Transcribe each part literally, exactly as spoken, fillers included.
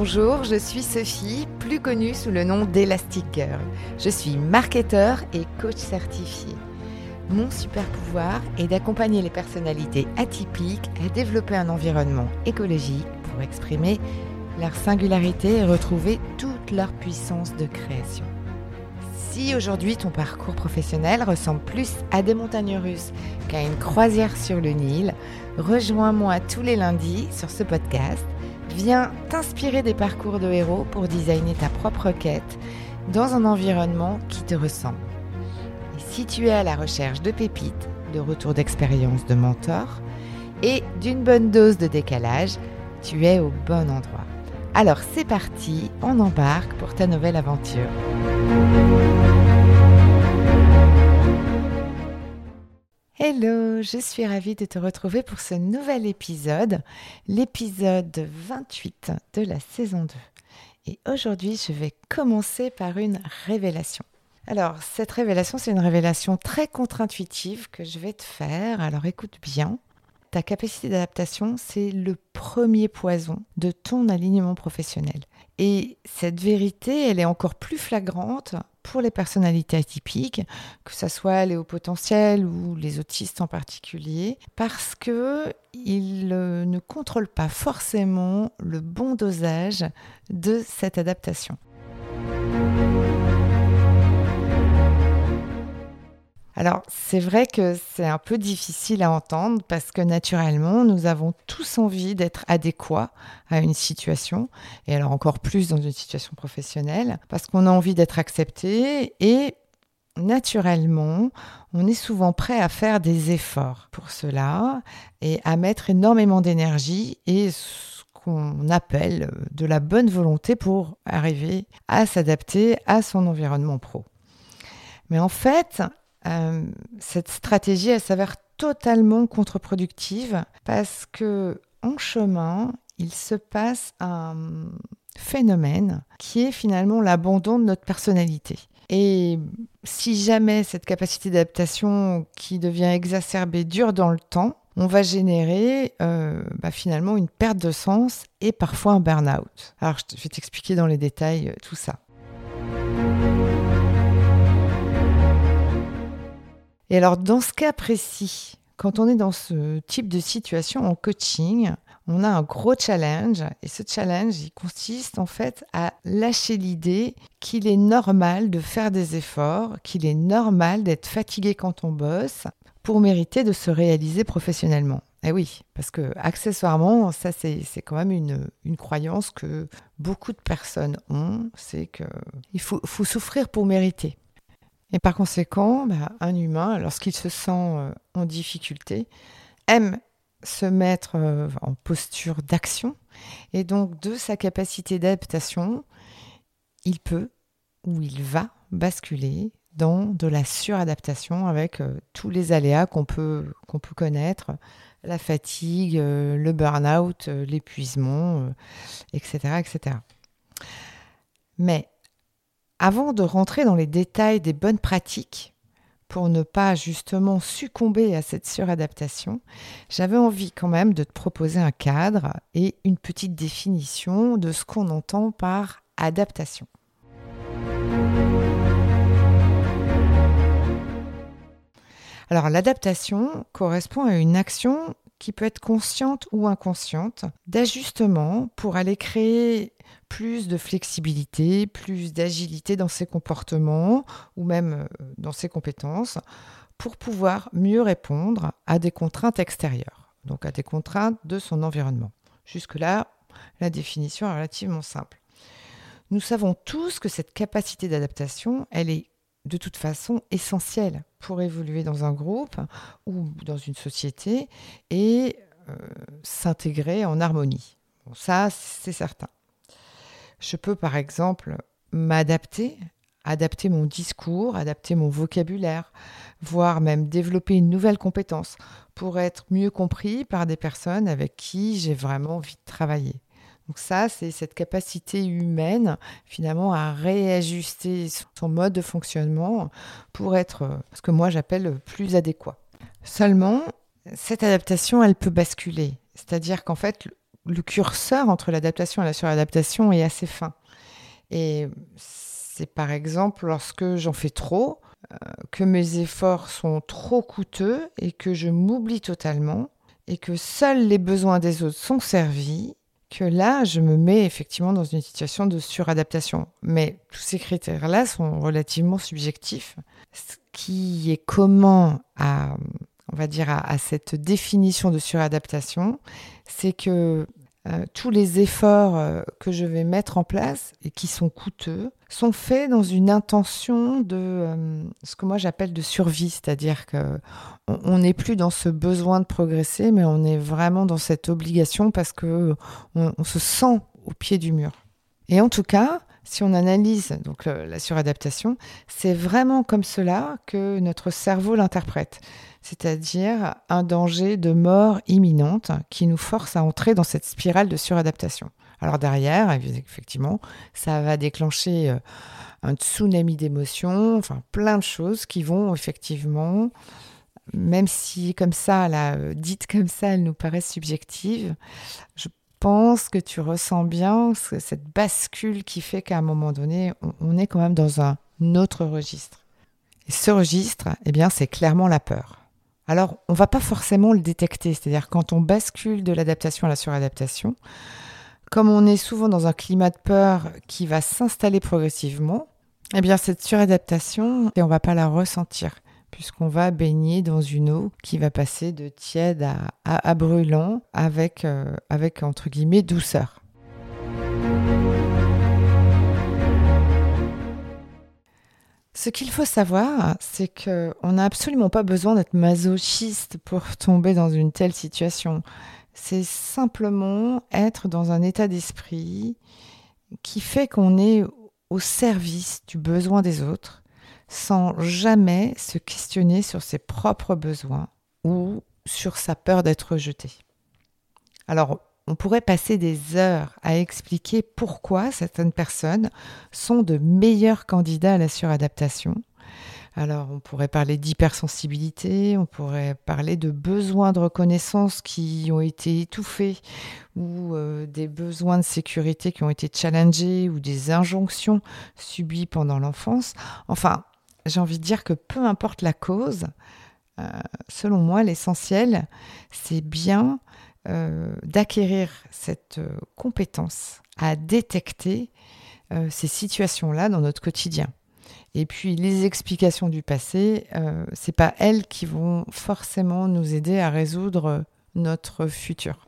Bonjour, je suis Sophie, plus connue sous le nom d'Elastic Girl. Je suis marketeur et coach certifié. Mon super pouvoir est d'accompagner les personnalités atypiques à développer un environnement écologique pour exprimer leur singularité et retrouver toute leur puissance de création. Si aujourd'hui ton parcours professionnel ressemble plus à des montagnes russes qu'à une croisière sur le Nil, rejoins-moi tous les lundis sur ce podcast. Viens t'inspirer des parcours de héros pour designer ta propre quête dans un environnement qui te ressemble. Et si tu es à la recherche de pépites, de retours d'expérience de mentors et d'une bonne dose de décalage, tu es au bon endroit. Alors c'est parti, on embarque pour ta nouvelle aventure. Hello, je suis ravie de te retrouver pour ce nouvel épisode, l'épisode vingt-huit de la saison deux. Et aujourd'hui, je vais commencer par une révélation. Alors, cette révélation, c'est une révélation très contre-intuitive que je vais te faire. Alors, écoute bien. Ta capacité d'adaptation, c'est le premier poison de ton alignement professionnel. Et cette vérité, elle est encore plus flagrante pour les personnalités atypiques, que ce soit les hauts potentiels ou les autistes en particulier, parce qu'ils ne contrôlent pas forcément le bon dosage de cette adaptation. Alors, c'est vrai que c'est un peu difficile à entendre parce que naturellement, nous avons tous envie d'être adéquats à une situation, et alors encore plus dans une situation professionnelle, parce qu'on a envie d'être accepté et naturellement, on est souvent prêt à faire des efforts pour cela et à mettre énormément d'énergie et ce qu'on appelle de la bonne volonté pour arriver à s'adapter à son environnement pro. Mais en fait, Euh, cette stratégie, elle s'avère totalement contre-productive parce que en chemin, il se passe un phénomène qui est finalement l'abandon de notre personnalité. Et si jamais cette capacité d'adaptation qui devient exacerbée dure dans le temps, on va générer euh, bah finalement une perte de sens et parfois un burn-out. Alors je vais t'expliquer dans les détails euh, tout ça. Et alors, dans ce cas précis, quand on est dans ce type de situation en coaching, on a un gros challenge. Et ce challenge, il consiste en fait à lâcher l'idée qu'il est normal de faire des efforts, qu'il est normal d'être fatigué quand on bosse pour mériter de se réaliser professionnellement. Et oui, parce que accessoirement, ça c'est, c'est quand même une, une croyance que beaucoup de personnes ont, c'est qu'il faut, faut souffrir pour mériter. Et par conséquent, bah, un humain, lorsqu'il se sent euh, en difficulté, aime se mettre euh, en posture d'action. Et donc, de sa capacité d'adaptation, il peut ou il va basculer dans de la suradaptation avec euh, tous les aléas qu'on peut, qu'on peut connaître, la fatigue, euh, le burn-out, euh, l'épuisement, euh, et cetera, et cetera. Mais avant de rentrer dans les détails des bonnes pratiques, pour ne pas justement succomber à cette suradaptation, j'avais envie quand même de te proposer un cadre et une petite définition de ce qu'on entend par adaptation. Alors, l'adaptation correspond à une action qui peut être consciente ou inconsciente, d'ajustement pour aller créer plus de flexibilité, plus d'agilité dans ses comportements ou même dans ses compétences pour pouvoir mieux répondre à des contraintes extérieures, donc à des contraintes de son environnement. Jusque-là, la définition est relativement simple. Nous savons tous que cette capacité d'adaptation, elle est de toute façon essentielle pour évoluer dans un groupe ou dans une société et euh, s'intégrer en harmonie. Bon, ça, c'est certain. Je peux par exemple m'adapter, adapter mon discours, adapter mon vocabulaire, voire même développer une nouvelle compétence pour être mieux compris par des personnes avec qui j'ai vraiment envie de travailler. Donc ça, c'est cette capacité humaine finalement à réajuster son mode de fonctionnement pour être ce que moi j'appelle plus adéquat. Seulement, cette adaptation, elle peut basculer. C'est-à-dire qu'en fait, le curseur entre l'adaptation et la suradaptation est assez fin. Et c'est par exemple lorsque j'en fais trop, euh, que mes efforts sont trop coûteux et que je m'oublie totalement et que seuls les besoins des autres sont servis, que là, je me mets effectivement dans une situation de suradaptation. Mais tous ces critères-là sont relativement subjectifs. Ce qui est commun à, on va dire, à, à cette définition de suradaptation, c'est que Euh, tous les efforts euh, que je vais mettre en place et qui sont coûteux sont faits dans une intention de euh, ce que moi j'appelle de survie, c'est-à-dire qu'on n'est plus dans ce besoin de progresser, mais on est vraiment dans cette obligation parce qu'on on se sent au pied du mur. Et en tout cas, si on analyse donc, le, la suradaptation, c'est vraiment comme cela que notre cerveau l'interprète. C'est-à-dire un danger de mort imminente qui nous force à entrer dans cette spirale de suradaptation. Alors derrière, effectivement, ça va déclencher un tsunami d'émotions, enfin plein de choses qui vont effectivement, même si comme ça, là, dites comme ça, elles nous paraissent subjectives, je pense que tu ressens bien cette bascule qui fait qu'à un moment donné, on est quand même dans un autre registre. Et ce registre, eh bien, c'est clairement la peur. Alors, on ne va pas forcément le détecter, c'est-à-dire quand on bascule de l'adaptation à la suradaptation, comme on est souvent dans un climat de peur qui va s'installer progressivement, eh bien cette suradaptation, on ne va pas la ressentir, puisqu'on va baigner dans une eau qui va passer de tiède à, à, à brûlant avec, euh, avec, entre guillemets, douceur. Ce qu'il faut savoir, c'est qu'on n'a absolument pas besoin d'être masochiste pour tomber dans une telle situation. C'est simplement être dans un état d'esprit qui fait qu'on est au service du besoin des autres, sans jamais se questionner sur ses propres besoins ou sur sa peur d'être rejeté. Alors, on pourrait passer des heures à expliquer pourquoi certaines personnes sont de meilleurs candidats à la suradaptation. Alors, on pourrait parler d'hypersensibilité, on pourrait parler de besoins de reconnaissance qui ont été étouffés, ou euh, des besoins de sécurité qui ont été challengés, ou des injonctions subies pendant l'enfance. Enfin, j'ai envie de dire que peu importe la cause, euh, selon moi, l'essentiel, c'est bien Euh, d'acquérir cette euh, compétence à détecter euh, ces situations-là dans notre quotidien. Et puis les explications du passé, euh, c'est pas elles qui vont forcément nous aider à résoudre notre futur.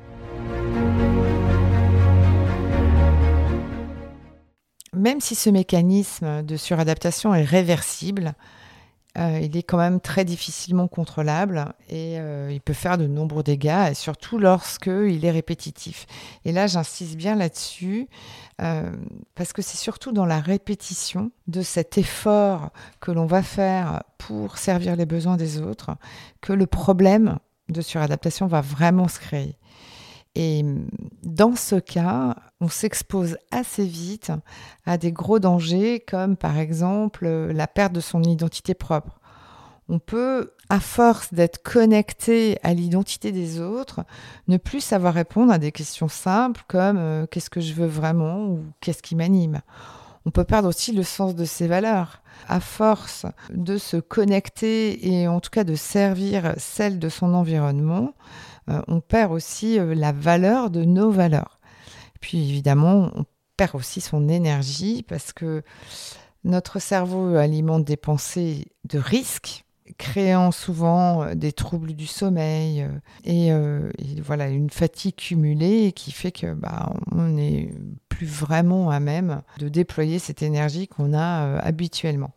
Même si ce mécanisme de suradaptation est réversible, Euh, il est quand même très difficilement contrôlable et euh, il peut faire de nombreux dégâts, et surtout lorsqu'il est répétitif. Et là, j'insiste bien là-dessus, euh, parce que c'est surtout dans la répétition de cet effort que l'on va faire pour servir les besoins des autres que le problème de suradaptation va vraiment se créer. Et dans ce cas, on s'expose assez vite à des gros dangers comme par exemple la perte de son identité propre. On peut, à force d'être connecté à l'identité des autres, ne plus savoir répondre à des questions simples comme euh, « qu'est-ce que je veux vraiment ?» ou « qu'est-ce qui m'anime ?» On peut perdre aussi le sens de ses valeurs. À force de se connecter et en tout cas de servir celle de son environnement, euh, on perd aussi euh, la valeur de nos valeurs. Puis évidemment, on perd aussi son énergie parce que notre cerveau alimente des pensées de risque, créant souvent des troubles du sommeil euh, et, euh, et voilà, une fatigue cumulée qui fait que bah, on n'est plus vraiment à même de déployer cette énergie qu'on a euh, habituellement.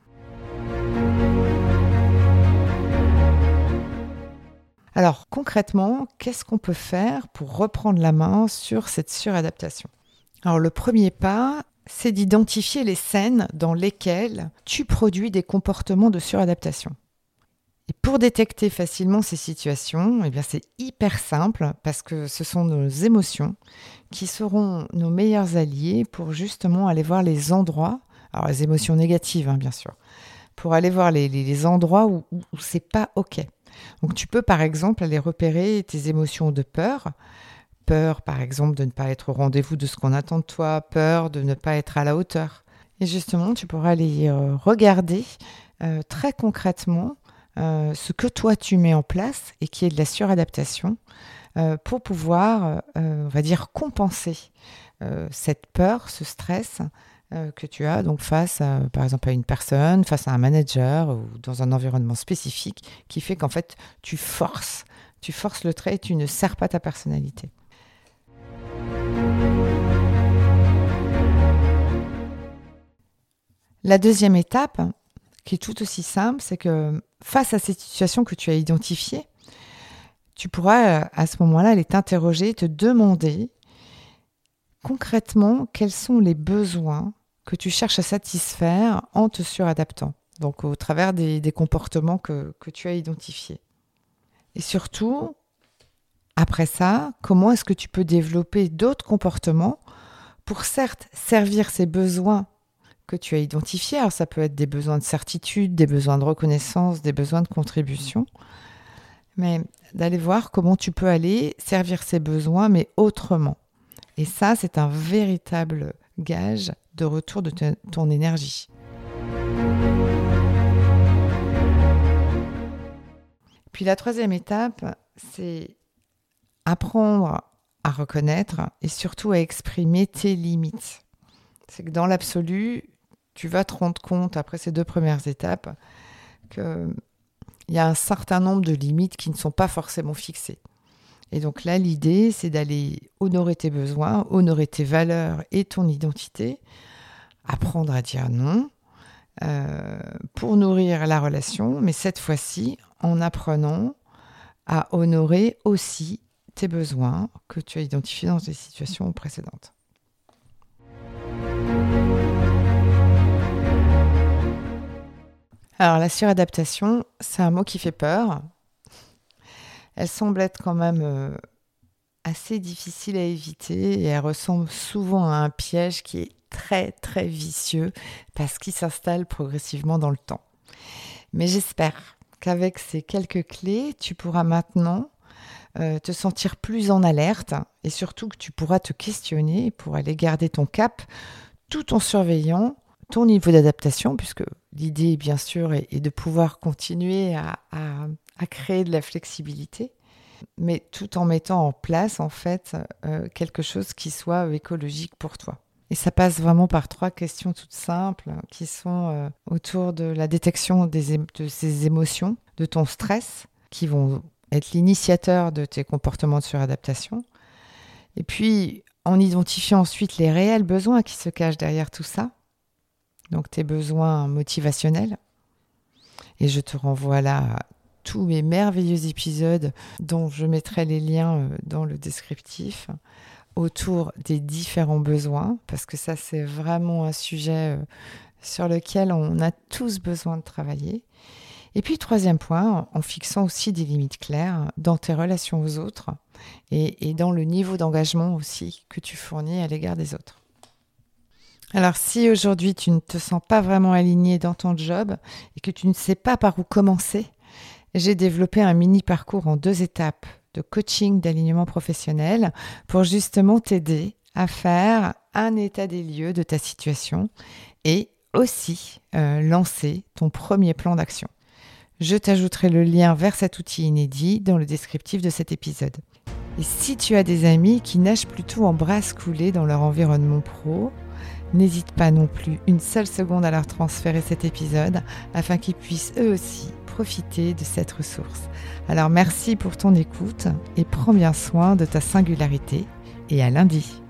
Alors concrètement, qu'est-ce qu'on peut faire pour reprendre la main sur cette suradaptation ? Alors le premier pas, c'est d'identifier les scènes dans lesquelles tu produis des comportements de suradaptation. Et pour détecter facilement ces situations, eh bien c'est hyper simple parce que ce sont nos émotions qui seront nos meilleurs alliés pour justement aller voir les endroits, alors les émotions négatives hein, bien sûr, pour aller voir les, les, les endroits où, où, où c'est pas OK. Donc tu peux par exemple aller repérer tes émotions de peur, peur, par exemple, de ne pas être au rendez-vous de ce qu'on attend de toi, peur de ne pas être à la hauteur. Et justement, tu pourras aller euh, regarder euh, très concrètement euh, ce que toi tu mets en place et qui est de la suradaptation euh, pour pouvoir, euh, on va dire, compenser euh, cette peur, ce stress euh, que tu as donc face, à, par exemple, à une personne, face à un manager ou dans un environnement spécifique qui fait qu'en fait, tu forces, tu forces le trait et tu ne sers pas ta personnalité. La deuxième étape, qui est tout aussi simple, c'est que face à cette situation que tu as identifiée, tu pourras à ce moment-là aller t'interroger, te demander concrètement quels sont les besoins que tu cherches à satisfaire en te suradaptant, donc au travers des, des comportements que, que tu as identifiés. Et surtout, après ça, comment est-ce que tu peux développer d'autres comportements pour certes servir ces besoins que tu as identifiés. Alors ça peut être des besoins de certitude, des besoins de reconnaissance, des besoins de contribution, mais d'aller voir comment tu peux aller servir ces besoins, mais autrement. Et ça, c'est un véritable gage de retour de te, ton énergie. Puis la troisième étape, c'est apprendre à reconnaître et surtout à exprimer tes limites. C'est que dans l'absolu, tu vas te rendre compte, après ces deux premières étapes, qu'il y a un certain nombre de limites qui ne sont pas forcément fixées. Et donc là, l'idée, c'est d'aller honorer tes besoins, honorer tes valeurs et ton identité, apprendre à dire non euh, pour nourrir la relation, mais cette fois-ci, en apprenant à honorer aussi tes besoins que tu as identifiés dans tes situations précédentes. Alors, la suradaptation, c'est un mot qui fait peur. Elle semble être quand même euh, assez difficile à éviter et elle ressemble souvent à un piège qui est très, très vicieux parce qu'il s'installe progressivement dans le temps. Mais j'espère qu'avec ces quelques clés, tu pourras maintenant euh, te sentir plus en alerte et surtout que tu pourras te questionner pour aller garder ton cap tout en surveillant ton niveau d'adaptation, puisque l'idée, bien sûr, est, est de pouvoir continuer à, à, à créer de la flexibilité, mais tout en mettant en place, en fait, euh, quelque chose qui soit écologique pour toi. Et ça passe vraiment par trois questions toutes simples, qui sont euh, autour de la détection des é- de ces émotions, de ton stress, qui vont être l'initiateur de tes comportements de suradaptation, et puis en identifiant ensuite les réels besoins qui se cachent derrière tout ça, donc tes besoins motivationnels. Et je te renvoie là à tous mes merveilleux épisodes dont je mettrai les liens dans le descriptif autour des différents besoins, parce que ça, c'est vraiment un sujet sur lequel on a tous besoin de travailler. Et puis, troisième point, en fixant aussi des limites claires dans tes relations aux autres et, et dans le niveau d'engagement aussi que tu fournis à l'égard des autres. Alors, si aujourd'hui, tu ne te sens pas vraiment aligné dans ton job et que tu ne sais pas par où commencer, j'ai développé un mini parcours en deux étapes de coaching d'alignement professionnel pour justement t'aider à faire un état des lieux de ta situation et aussi euh, lancer ton premier plan d'action. Je t'ajouterai le lien vers cet outil inédit dans le descriptif de cet épisode. Et si tu as des amis qui nagent plutôt en brasse coulée dans leur environnement pro, n'hésite pas non plus une seule seconde à leur transférer cet épisode afin qu'ils puissent eux aussi profiter de cette ressource. Alors merci pour ton écoute et prends bien soin de ta singularité et à lundi.